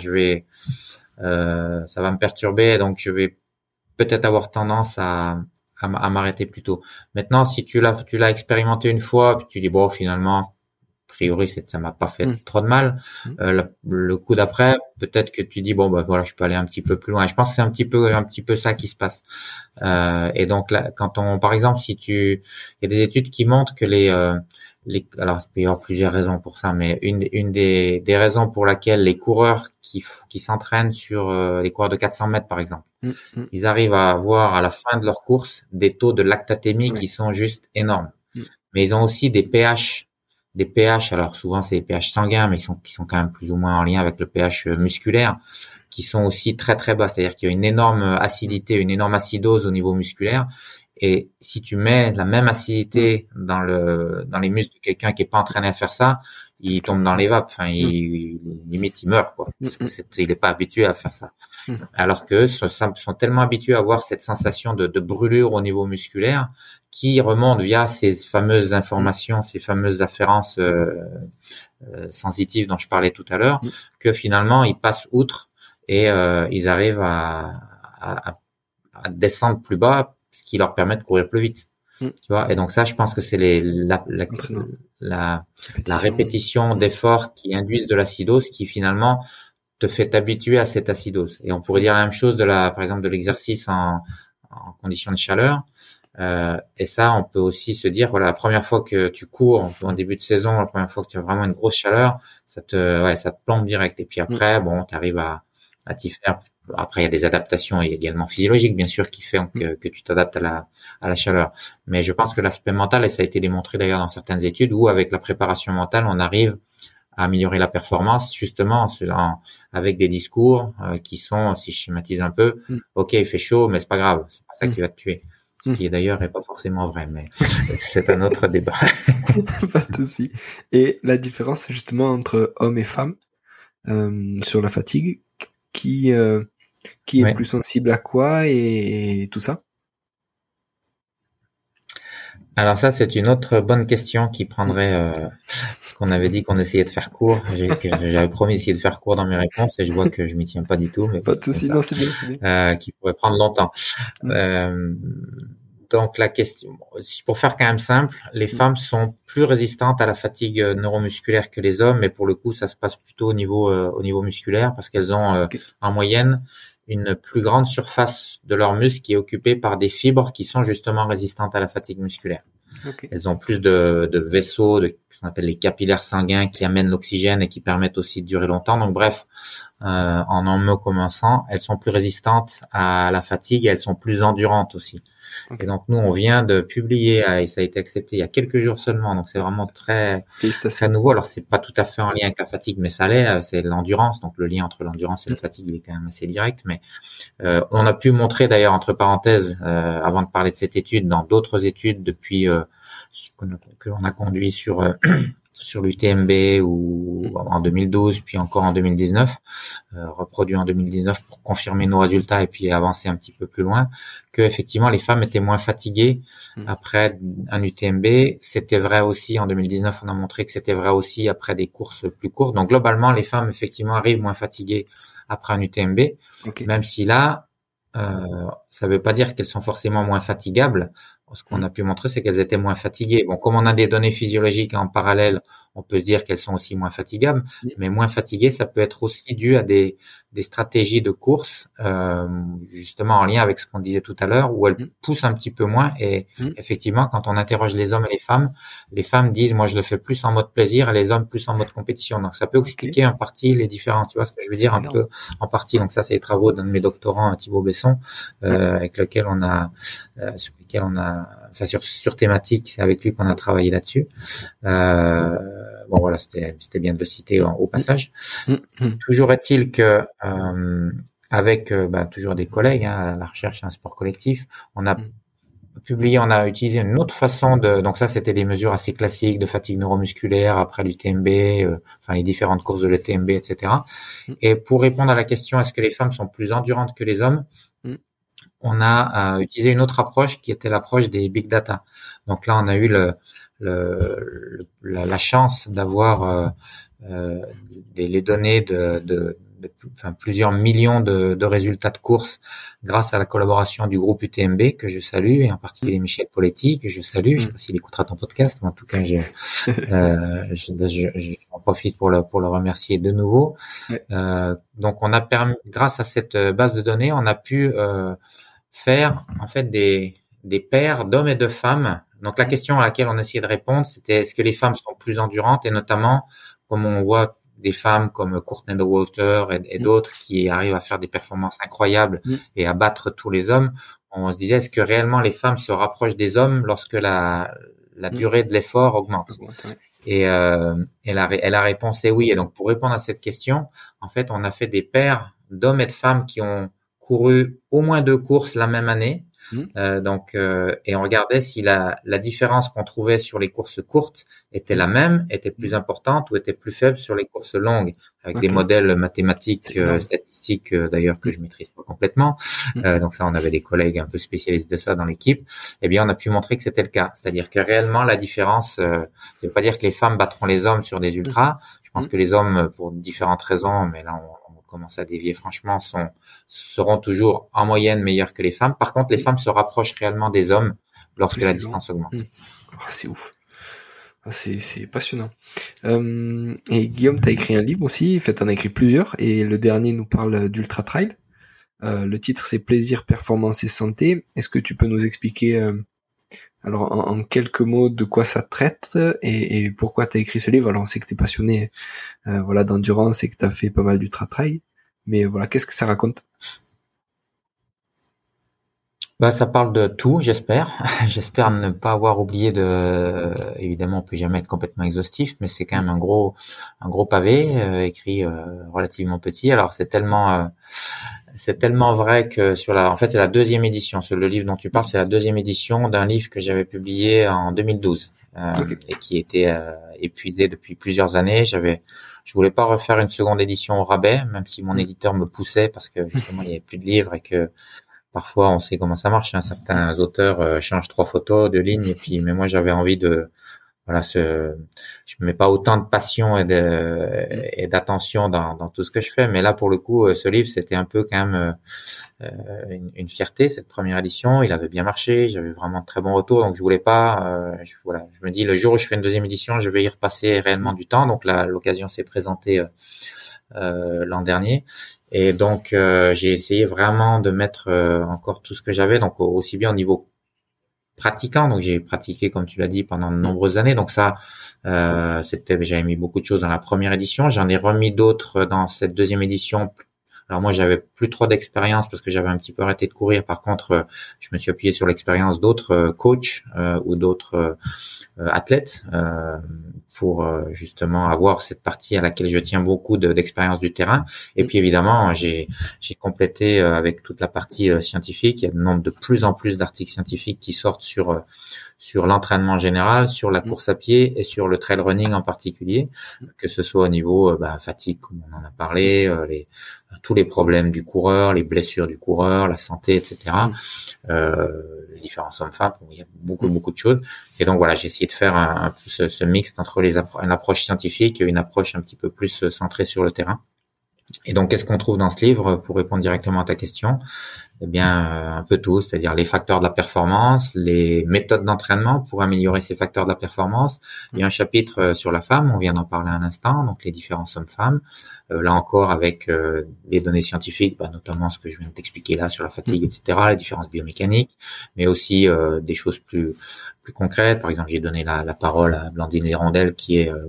ça va me perturber, donc je vais peut-être avoir tendance à m'arrêter plus tôt. Maintenant, si tu l'as expérimenté une fois, puis tu dis bon, finalement, a priori ça m'a pas fait trop de mal. Le coup d'après, peut-être que tu dis bon bah voilà, je peux aller un petit peu plus loin. Je pense que c'est un petit peu ça qui se passe. Et donc là, par exemple, il y a des études qui montrent que alors il peut y avoir plusieurs raisons pour ça, mais une des raisons pour laquelle les coureurs qui s'entraînent sur les coureurs de 400 mètres par exemple, ils arrivent à avoir à la fin de leur course des taux de lactatémie qui sont juste énormes. Mais ils ont aussi des pH, alors souvent c'est des pH sanguins, mais qui sont quand même plus ou moins en lien avec le pH musculaire, qui sont aussi très très bas. C'est-à-dire qu'il y a une énorme acidité, une énorme acidose au niveau musculaire. Et si tu mets la même acidité dans les muscles de quelqu'un qui est pas entraîné à faire ça, il tombe dans les vapes. Enfin, limite, il meurt, quoi. Parce que il est pas habitué à faire ça. Alors que sont tellement habitués à avoir cette sensation de brûlure au niveau musculaire qui remonte via ces fameuses informations, ces fameuses afférences sensitives dont je parlais tout à l'heure, que finalement ils passent outre et ils arrivent à descendre plus bas, ce qui leur permet de courir plus vite. Tu vois, et donc ça, je pense que c'est la répétition d'efforts qui induisent de l'acidose qui finalement te fait t'habituer à cette acidose. Et on pourrait dire la même chose par exemple de l'exercice en conditions de chaleur. Et ça, on peut aussi se dire, voilà, la première fois que tu cours en début de saison, la première fois que tu as vraiment une grosse chaleur, ça te plombe direct. Et puis après, bon, tu arrives à t'y faire. Après, il y a des adaptations également physiologiques, bien sûr, qui font que tu t'adaptes à la chaleur. Mais je pense que l'aspect mental, et ça a été démontré d'ailleurs dans certaines études, où avec la préparation mentale, on arrive à améliorer la performance, justement, avec des discours qui sont, si je schématise un peu, ok, il fait chaud, mais c'est pas grave, c'est pas ça qui va te tuer. Ce qui d'ailleurs est pas forcément vrai, mais c'est un autre débat. Pas de souci. Et la différence justement entre hommes et femmes sur la fatigue, qui est plus sensible à quoi et tout ça? Alors ça, c'est une autre bonne question qui prendrait, parce qu'on avait dit qu'on essayait de faire court. J'avais promis d'essayer de faire court dans mes réponses et je vois que je m'y tiens pas du tout. Mais pas de souci, non, c'est bien. Qui pourrait prendre longtemps. Donc la question, pour faire quand même simple, les femmes sont plus résistantes à la fatigue neuromusculaire que les hommes, mais pour le coup, ça se passe plutôt au niveau musculaire parce qu'elles ont en moyenne une plus grande surface de leur muscle qui est occupée par des fibres qui sont justement résistantes à la fatigue musculaire. Elles ont plus de vaisseaux, ce qu'on appelle les capillaires sanguins qui amènent l'oxygène et qui permettent aussi de durer longtemps. Donc bref, en commençant, elles sont plus résistantes à la fatigue et elles sont plus endurantes aussi. Et donc nous, on vient de publier, et ça a été accepté il y a quelques jours seulement, donc c'est vraiment très nouveau. Alors c'est pas tout à fait en lien avec la fatigue, mais ça l'est, c'est l'endurance, donc le lien entre l'endurance et la fatigue, il est quand même assez direct. Mais on a pu montrer d'ailleurs, entre parenthèses, avant de parler de cette étude, dans d'autres études depuis que l'on a conduit sur l'UTMB ou en 2012, puis encore en 2019, reproduit en 2019 pour confirmer nos résultats et puis avancer un petit peu plus loin, que effectivement les femmes étaient moins fatiguées après un UTMB. C'était vrai aussi en 2019, on a montré que c'était vrai aussi après des courses plus courtes. Donc globalement, les femmes effectivement arrivent moins fatiguées après un UTMB, même si là, ça veut pas dire qu'elles sont forcément moins fatigables. ce qu'on a pu montrer, c'est qu'elles étaient moins fatiguées. Bon, comme on a des données physiologiques en parallèle, on peut se dire qu'elles sont aussi moins fatigables, mais moins fatiguées, ça peut être aussi dû à des stratégies de course, justement en lien avec ce qu'on disait tout à l'heure, où elles poussent un petit peu moins. Et effectivement, quand on interroge les hommes et les femmes disent, moi, je le fais plus en mode plaisir, et les hommes plus en mode compétition. Donc, ça peut expliquer en partie les différences. Tu vois ce que je veux dire, un peu en partie. Donc, ça, c'est les travaux d'un de mes doctorants, Thibaut Besson, avec lequel sur lesquels on a, enfin, sur thématique, c'est avec lui qu'on a travaillé là-dessus. Bon, voilà, c'était bien de le citer au passage. Toujours est-il que, avec toujours des collègues, à la recherche un sport collectif, on a utilisé une autre façon donc ça c'était des mesures assez classiques de fatigue neuromusculaire après l'UTMB, enfin les différentes courses de l'UTMB, etc. Et pour répondre à la question est-ce que les femmes sont plus endurantes que les hommes, on a utilisé une autre approche qui était l'approche des big data. Donc là on a eu la chance d'avoir les données enfin, plusieurs millions de résultats de courses grâce à la collaboration du groupe UTMB que je salue, et en particulier Michel Poletti que je salue. Je sais pas s'il écoutera ton podcast, mais en tout cas j'en profite pour le remercier de nouveau. Donc on a permis, grâce à cette base de données, on a pu faire en fait des paires d'hommes et de femmes. Donc la question à laquelle on essayait de répondre, c'était est-ce que les femmes sont plus endurantes, et notamment comme on voit des femmes comme Courtney Dauwalter et d'autres qui arrivent à faire des performances incroyables et à battre tous les hommes. On se disait, est-ce que réellement les femmes se rapprochent des hommes lorsque la durée de l'effort augmente? Et la réponse est oui. Et donc, pour répondre à cette question, en fait, on a fait des paires d'hommes et de femmes qui ont couru au moins 2 courses la même année. Et on regardait si la différence qu'on trouvait sur les courses courtes était la même, était plus importante ou était plus faible sur les courses longues, avec des modèles mathématiques, statistiques d'ailleurs que je maîtrise pas complètement. Donc ça, on avait des collègues un peu spécialistes de ça dans l'équipe. Eh bien, on a pu montrer que c'était le cas, c'est-à-dire que réellement la différence, ça veut pas dire que les femmes battront les hommes sur des ultras. Je pense que les hommes, pour différentes raisons, mais là on commence à dévier franchement, seront toujours en moyenne meilleurs que les femmes. Par contre, les femmes se rapprochent réellement des hommes lorsque la distance augmente. C'est ouf. C'est passionnant. Et Guillaume, tu as écrit un livre aussi, en fait, tu en as écrit plusieurs, et le dernier nous parle d'Ultra Trail. Le titre, c'est Plaisir, Performance et Santé. Est-ce que tu peux nous expliquer, alors en quelques mots, de quoi ça traite et pourquoi tu as écrit ce livre? Alors on sait que tu es passionné d'endurance et que tu as fait pas mal d'ultra trail, mais voilà, qu'est-ce que ça raconte? Ça parle de tout, j'espère. J'espère ne pas avoir oublié évidemment, on peut jamais être complètement exhaustif, mais c'est quand même un gros pavé, écrit relativement petit. Alors c'est tellement vrai que en fait, c'est la 2e édition. Le livre dont tu parles, c'est la 2e édition d'un livre que j'avais publié en 2012, et qui était épuisé depuis plusieurs années. Je voulais pas refaire une seconde édition au rabais, même si mon éditeur me poussait parce que justement, il y avait plus de livres et que parfois, on sait comment ça marche. Certains auteurs changent 3 photos, 2 lignes, mais moi, j'avais envie je mets pas autant de passion et d'attention dans tout ce que je fais, mais là pour le coup ce livre c'était un peu quand même une fierté, cette première édition. Il avait bien marché, j'avais vraiment de très bons retours, donc je voulais pas je me dis le jour où je fais une 2e édition je vais y repasser réellement du temps, donc là l'occasion s'est présentée l'an dernier. Et donc j'ai essayé vraiment de mettre encore tout ce que j'avais, donc aussi bien au niveau pratiquant, donc j'ai pratiqué comme tu l'as dit pendant de nombreuses années, donc ça j'avais mis beaucoup de choses dans la première édition, j'en ai remis d'autres dans cette 2e édition. Alors moi j'avais plus trop d'expérience parce que j'avais un petit peu arrêté de courir, par contre je me suis appuyé sur l'expérience d'autres coachs ou d'autres athlètes pour justement avoir cette partie à laquelle je tiens beaucoup d'expérience du terrain. Et puis évidemment j'ai complété avec toute la partie scientifique. Il y a de plus en plus d'articles scientifiques qui sortent sur l'entraînement général, sur la course à pied et sur le trail running en particulier, que ce soit au niveau fatigue comme on en a parlé, tous les problèmes du coureur, les blessures du coureur, la santé, etc. Les différences hommes-femmes, il y a beaucoup de choses. Et donc voilà, j'ai essayé de faire ce mix entre une approche scientifique et une approche un petit peu plus centrée sur le terrain. Et donc, qu'est-ce qu'on trouve dans ce livre, pour répondre directement à ta question? Eh bien, un peu tout, c'est-à-dire les facteurs de la performance, les méthodes d'entraînement pour améliorer ces facteurs de la performance. Il y a un chapitre sur la femme, on vient d'en parler un instant, donc les différences hommes-femmes. Là encore, avec les données scientifiques, notamment ce que je viens de t'expliquer là sur la fatigue, etc., les différences biomécaniques, mais aussi des choses plus concrètes. Par exemple, j'ai donné la parole à Blandine Lérondelle, qui est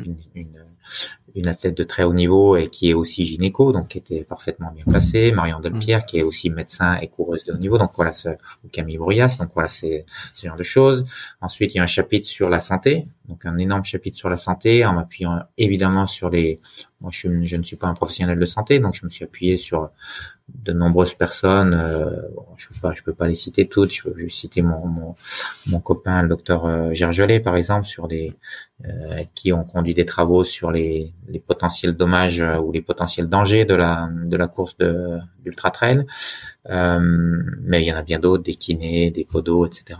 une athlète de très haut niveau et qui est aussi gynéco, donc qui était parfaitement bien placée. Marion Delpierre, qui est aussi médecin et coureuse de haut niveau, donc voilà, ou Camille Bruyas, donc voilà, c'est ce genre de choses. Ensuite, il y a un chapitre sur la santé, donc un énorme chapitre sur la santé, en m'appuyant évidemment sur moi je ne suis pas un professionnel de santé, donc je me suis appuyé sur de nombreuses personnes, je peux pas les citer toutes, je peux juste citer mon copain le docteur Gergelet par exemple, sur qui ont conduit des travaux sur les potentiels dommages ou les potentiels dangers de la course d'ultra trail, mais il y en a bien d'autres, des kinés, des codos, etc.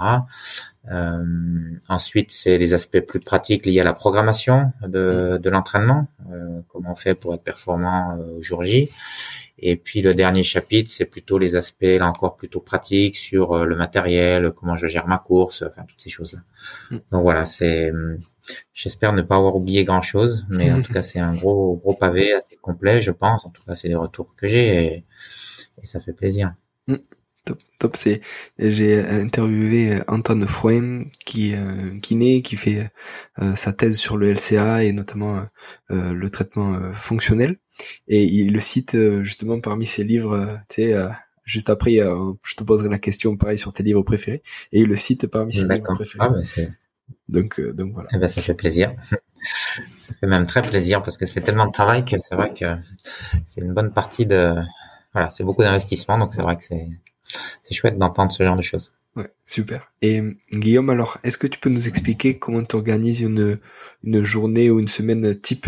Ensuite, c'est les aspects plus pratiques liés à la programmation de l'entraînement, comment on fait pour être performant au jour J. Et puis le dernier chapitre, c'est plutôt les aspects là encore plutôt pratiques sur le matériel, comment je gère ma course, enfin toutes ces choses-là. Donc voilà, j'espère ne pas avoir oublié grand-chose, mais en tout cas c'est un gros pavé assez complet, je pense. En tout cas, c'est les retours que j'ai et ça fait plaisir. Top. J'ai interviewé Antoine Froem, qui est kiné, qui fait sa thèse sur le LCA et notamment le traitement fonctionnel. Et il le cite justement parmi ses livres, juste après, je te poserai la question pareil sur tes livres préférés, et il le cite parmi ses livres préférés. Donc voilà. Eh ben, ça fait plaisir. Ça fait même très plaisir parce que c'est tellement de travail que c'est vrai que c'est une bonne partie c'est beaucoup d'investissement, donc c'est vrai que c'est chouette d'entendre ce genre de choses. Ouais, super. Et Guillaume, alors, est-ce que tu peux nous expliquer comment tu organises une journée ou une semaine type?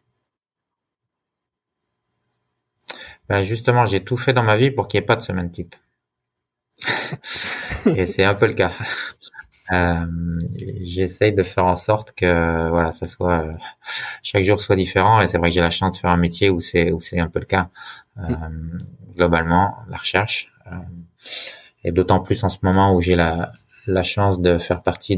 Justement, j'ai tout fait dans ma vie pour qu'il n'y ait pas de semaine type. Et c'est un peu le cas. J'essaye de faire en sorte que ça soit chaque jour soit différent, et c'est vrai que j'ai la chance de faire un métier où c'est un peu le cas. Globalement, la recherche, et d'autant plus en ce moment où j'ai la chance de faire partie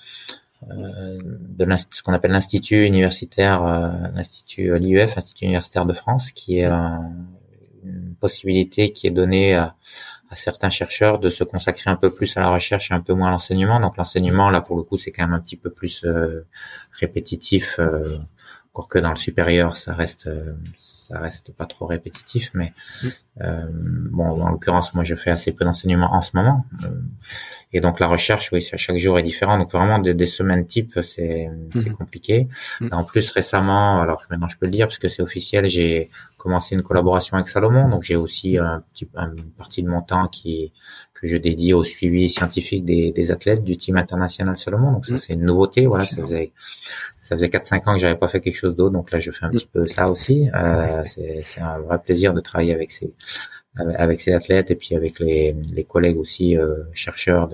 ce qu'on appelle l'institut universitaire, l'IUF, Institut universitaire de France, qui est une possibilité qui est donnée à certains chercheurs de se consacrer un peu plus à la recherche et un peu moins à l'enseignement. Donc l'enseignement, là, pour le coup, c'est quand même un petit peu plus répétitif, encore que dans le supérieur, ça reste pas trop répétitif, mais en l'occurrence, moi, je fais assez peu d'enseignement en ce moment, et donc la recherche, oui, chaque jour est différent. Donc vraiment des semaines type, c'est compliqué. En plus, récemment, alors maintenant je peux le dire parce que c'est officiel, j'ai commencé une collaboration avec Salomon, donc j'ai aussi une partie de mon temps que je dédie au suivi scientifique des athlètes du team international Salomon. Donc ça, c'est une nouveauté. Voilà, ça faisait 4-5 ans que j'avais pas fait quelque chose d'autre, donc là je fais un petit peu ça aussi. C'est un vrai plaisir de travailler avec ces athlètes, et puis avec les collègues aussi chercheurs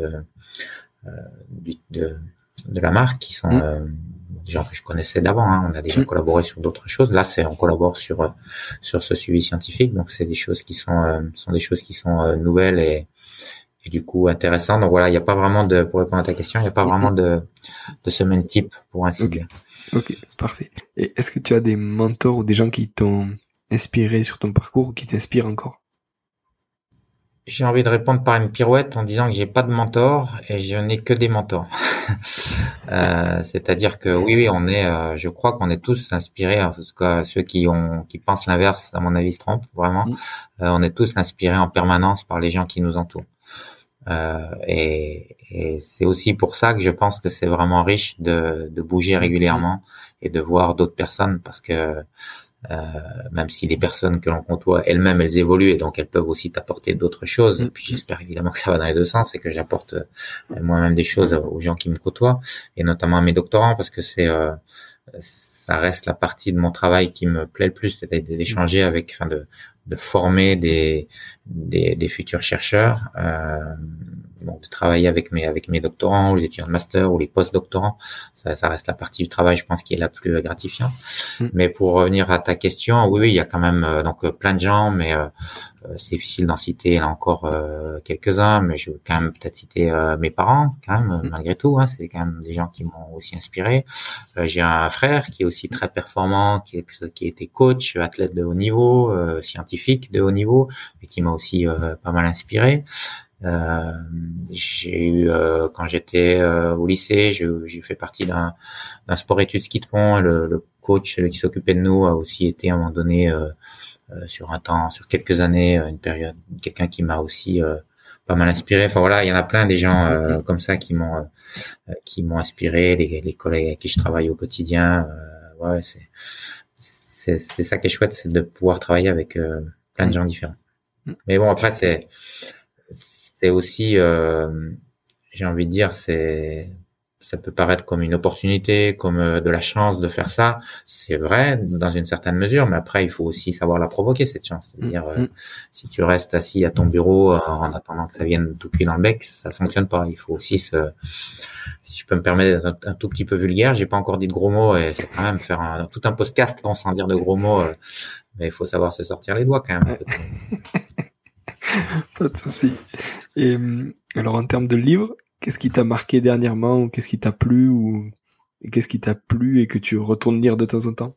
de la marque, qui sont des gens que je connaissais d'avant. On a déjà collaboré sur d'autres choses. Là, on collabore sur ce suivi scientifique, donc c'est des choses qui sont des choses qui sont nouvelles et du coup intéressantes. Donc voilà, il n'y a pas vraiment pour répondre à ta question, il n'y a pas vraiment de semaine type, pour ainsi dire. Ok, parfait. Et est-ce que tu as des mentors ou des gens qui t'ont inspiré sur ton parcours ou qui t'inspirent encore? J'ai envie de répondre par une pirouette en disant que j'ai pas de mentor et je n'ai que des mentors. C'est-à-dire que oui, je crois qu'on est tous inspirés, en tout cas ceux qui pensent l'inverse, à mon avis, se trompent vraiment. On est tous inspirés en permanence par les gens qui nous entourent. Et c'est aussi pour ça que je pense que c'est vraiment riche de bouger régulièrement et de voir d'autres personnes, parce que même si les personnes que l'on côtoie elles-mêmes, elles évoluent, et donc elles peuvent aussi t'apporter d'autres choses. Et puis j'espère évidemment que ça va dans les deux sens, et que j'apporte moi-même des choses aux gens qui me côtoient, et notamment à mes doctorants, parce que ça reste la partie de mon travail qui me plaît le plus, c'est-à-dire d'échanger de former des futurs chercheurs. de travailler avec mes doctorants, ou les étudiants de master ou les post-doctorants. Ça reste la partie du travail, je pense, qui est la plus gratifiante. Mais pour revenir à ta question, oui, il y a quand même plein de gens, mais c'est difficile d'en citer là encore quelques-uns, mais je veux quand même peut-être citer mes parents, quand même, malgré tout, hein, c'est quand même des gens qui m'ont aussi inspiré. J'ai un frère qui est aussi très performant, qui a été coach, athlète de haut niveau, scientifique de haut niveau, et qui m'a aussi pas mal inspiré. J'ai eu quand j'étais au lycée, j'ai fait partie d'un sport-études ski de fond. Le coach, celui qui s'occupait de nous, a aussi été à un moment donné sur quelques années, une période, quelqu'un qui m'a aussi pas mal inspiré. Enfin voilà, il y en a plein des gens comme ça qui m'ont inspiré, les collègues avec qui je travaille au quotidien. Ouais, c'est ça qui est chouette, c'est de pouvoir travailler avec plein de gens différents. Mais bon, après c'est aussi j'ai envie de dire, ça peut paraître comme une opportunité, comme de la chance de faire ça. C'est vrai dans une certaine mesure, mais après il faut aussi savoir la provoquer, cette chance. C'est-à-dire si tu restes assis à ton bureau en attendant que ça vienne tout cuit dans le bec, ça fonctionne pas. Il faut aussi si je peux me permettre d'être un tout petit peu vulgaire, j'ai pas encore dit de gros mots, et c'est quand même faire tout un podcast sans dire de gros mots, mais il faut savoir se sortir les doigts quand même. Pas de souci. Et alors en termes de livres, qu'est-ce qui t'a marqué dernièrement, ou qu'est-ce qui t'a plu, ou qu'est-ce qui t'a plu et que tu retournes lire de temps en temps?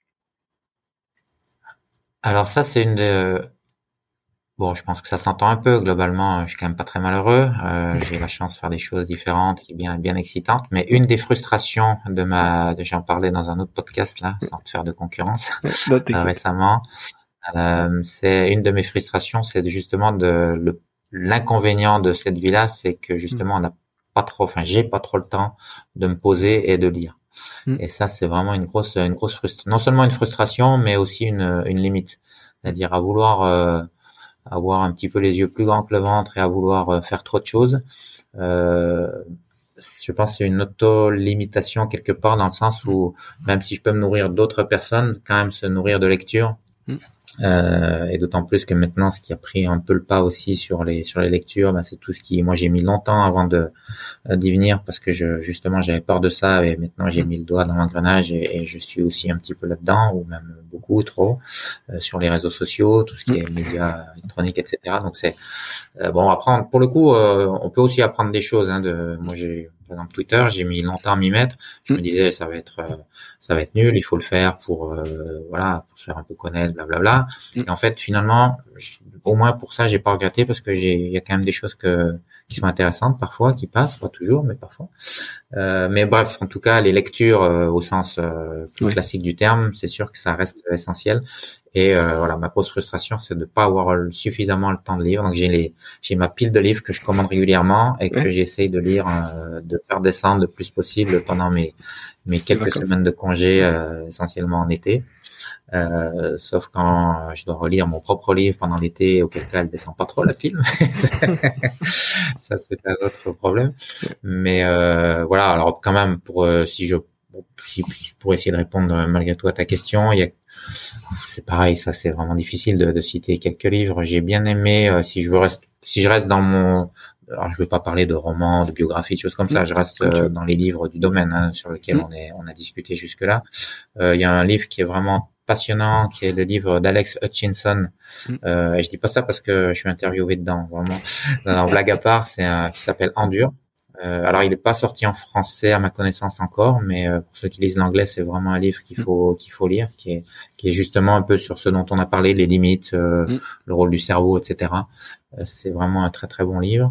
Alors ça, c'est bon, je pense que ça s'entend un peu. Globalement, je suis quand même pas très malheureux. J'ai la chance de faire des choses différentes et bien excitantes. Mais une des frustrations j'en parlais dans un autre podcast là, sans te faire de concurrence, récemment. C'est une de mes frustrations, c'est justement l'inconvénient de cette vie-là, c'est que justement j'ai pas trop le temps de me poser et de lire. Et ça, c'est vraiment une grosse frustration. Non seulement une frustration, mais aussi une limite. C'est-à-dire à vouloir avoir un petit peu les yeux plus grands que le ventre et à vouloir faire trop de choses. Je pense que c'est une auto-limitation quelque part, dans le sens où même si je peux me nourrir d'autres personnes, quand même se nourrir de lecture. Et d'autant plus que maintenant, ce qui a pris un peu le pas aussi sur les lectures, c'est tout ce qui, moi j'ai mis longtemps avant d'y venir, parce que justement j'avais peur de ça, et maintenant j'ai mis le doigt dans l'engrenage, et je suis aussi un petit peu là-dedans, ou même beaucoup trop, sur les réseaux sociaux, tout ce qui est médias électroniques, etc. Donc c'est bon, après pour le coup, on peut aussi apprendre des choses, hein, moi j'ai par exemple Twitter, j'ai mis longtemps à m'y mettre. Je me disais ça va être nul, il faut le faire pour se faire un peu connaître, blablabla. Et en fait finalement, au moins pour ça, j'ai pas regretté, parce que il y a quand même des choses qui sont intéressantes parfois, qui passent, pas toujours, mais parfois. Mais bref, en tout cas, les lectures au sens plus classique du terme, c'est sûr que ça reste essentiel. Et ma grosse frustration, c'est de pas avoir suffisamment le temps de lire. Donc j'ai ma pile de livres que je commande régulièrement et que j'essaye de lire, de faire descendre le plus possible pendant mes quelques semaines de congé, essentiellement en été. Sauf quand je dois relire mon propre livre pendant l'été, auquel cas elle descend pas trop la pile. Ça, c'est un autre problème. Mais alors quand même, pour essayer de répondre malgré tout à ta question, c'est pareil, ça c'est vraiment difficile de citer quelques livres. J'ai bien aimé, si je reste dans alors je vais pas parler de romans, de biographies, de choses comme ça, je reste dans les livres du domaine, hein, sur lequel on a discuté jusque-là. Il y a un livre qui est vraiment passionnant, qui est le livre d'Alex Hutchinson. Et je dis pas ça parce que je suis interviewé dedans, vraiment. Non, blague à part, qui s'appelle Endure. Alors il n'est pas sorti en français à ma connaissance encore, mais pour ceux qui lisent l'anglais, c'est vraiment un livre qu'il faut lire, qui est justement un peu sur ce dont on a parlé, les limites, le rôle du cerveau, etc. C'est vraiment un très très bon livre.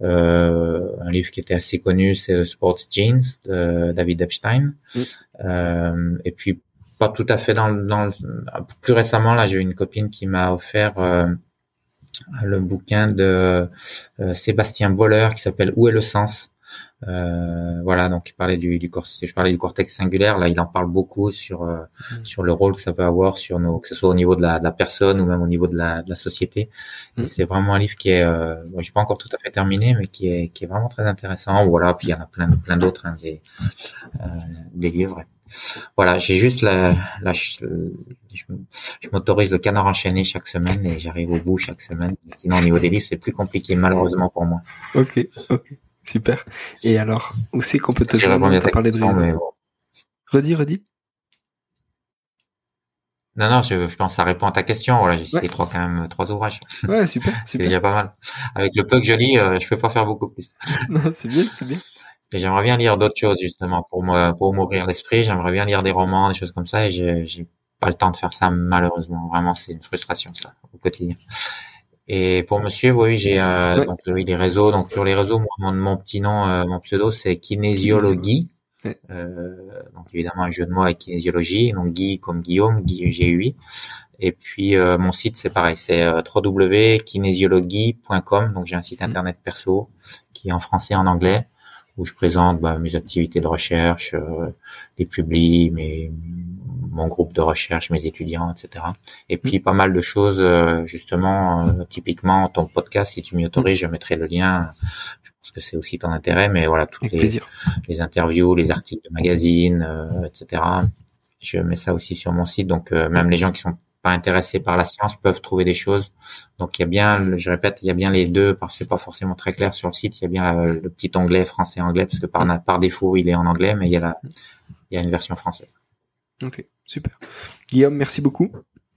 Un livre qui était assez connu, c'est Sports Genes de David Epstein. Et puis pas tout à fait plus récemment, là, j'ai eu une copine qui m'a offert le bouquin de Sébastien Boller qui s'appelle Où est le sens? Donc il parlait je parlais du cortex singulaire, là il en parle beaucoup sur le rôle que ça peut avoir sur que ce soit au niveau de la personne ou même au niveau de la société. Et c'est vraiment un livre qui est j'ai pas encore tout à fait terminé, mais qui est vraiment très intéressant. Voilà, puis il y en a plein d'autres, hein, des livres. Voilà, j'ai juste je je m'autorise le canard enchaîné chaque semaine et j'arrive au bout chaque semaine. Sinon, au niveau des livres, c'est plus compliqué, malheureusement pour moi. Ok, super. Et alors, où c'est qu'on peut te joindre? T'as parlé de réseau. Mais bon. Redis. Non, je pense que ça répond à ta question. Voilà, j'ai cité quand même 3 ouvrages. Ouais, super. C'est déjà pas mal. Avec le peu que je lis, je peux pas faire beaucoup plus. Non, c'est bien. Et j'aimerais bien lire d'autres choses, justement, pour m'ouvrir l'esprit. J'aimerais bien lire des romans, des choses comme ça, et j'ai pas le temps de faire ça, malheureusement. Vraiment, c'est une frustration, ça, au quotidien. Et pour me suivre, oui, j'ai donc oui, les réseaux. Donc sur les réseaux, mon petit nom, mon pseudo, c'est Kinésiologie. Donc évidemment un jeu de mots avec kinésiologie, donc Guy comme Guillaume, Guy GUI. Et puis mon site c'est pareil, c'est www.kinésiologie.com. Donc j'ai un site internet perso qui est en français et en anglais où je présente mes activités de recherche, les publis, mon groupe de recherche, mes étudiants, etc. Et puis pas mal de choses, justement, typiquement ton podcast, si tu m'y autorises, je mettrai le lien. Je pense que c'est aussi ton intérêt, mais voilà, toutes les interviews, les articles de magazines, etc. Je mets ça aussi sur mon site, donc même les gens qui sont pas intéressés par la science peuvent trouver des choses. Donc il y a bien, je répète, il y a bien les deux, parce que c'est pas forcément très clair sur le site. Il y a bien le petit onglet français-anglais, parce que par défaut il est en anglais, mais il y a une version française. Ok, super. Guillaume, merci beaucoup.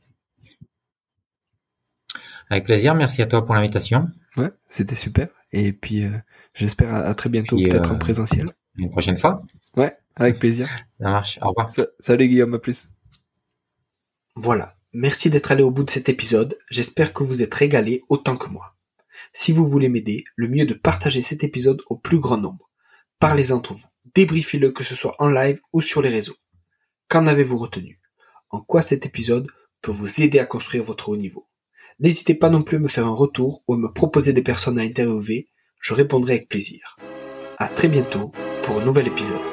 Avec plaisir, merci à toi pour l'invitation. Ouais, c'était super. Et puis j'espère à très bientôt, peut-être en présentiel. Une prochaine fois. Ouais, avec plaisir. Ça marche. Au revoir. Salut Guillaume, à plus. Voilà. Merci d'être allé au bout de cet épisode. J'espère que vous êtes régalé autant que moi. Si vous voulez m'aider, le mieux est de partager cet épisode au plus grand nombre. Parlez-en entre vous. Débriefez-le, que ce soit en live ou sur les réseaux. Qu'en avez-vous retenu? En quoi cet épisode peut vous aider à construire votre haut niveau? N'hésitez pas non plus à me faire un retour ou à me proposer des personnes à interviewer. Je répondrai avec plaisir. À très bientôt pour un nouvel épisode.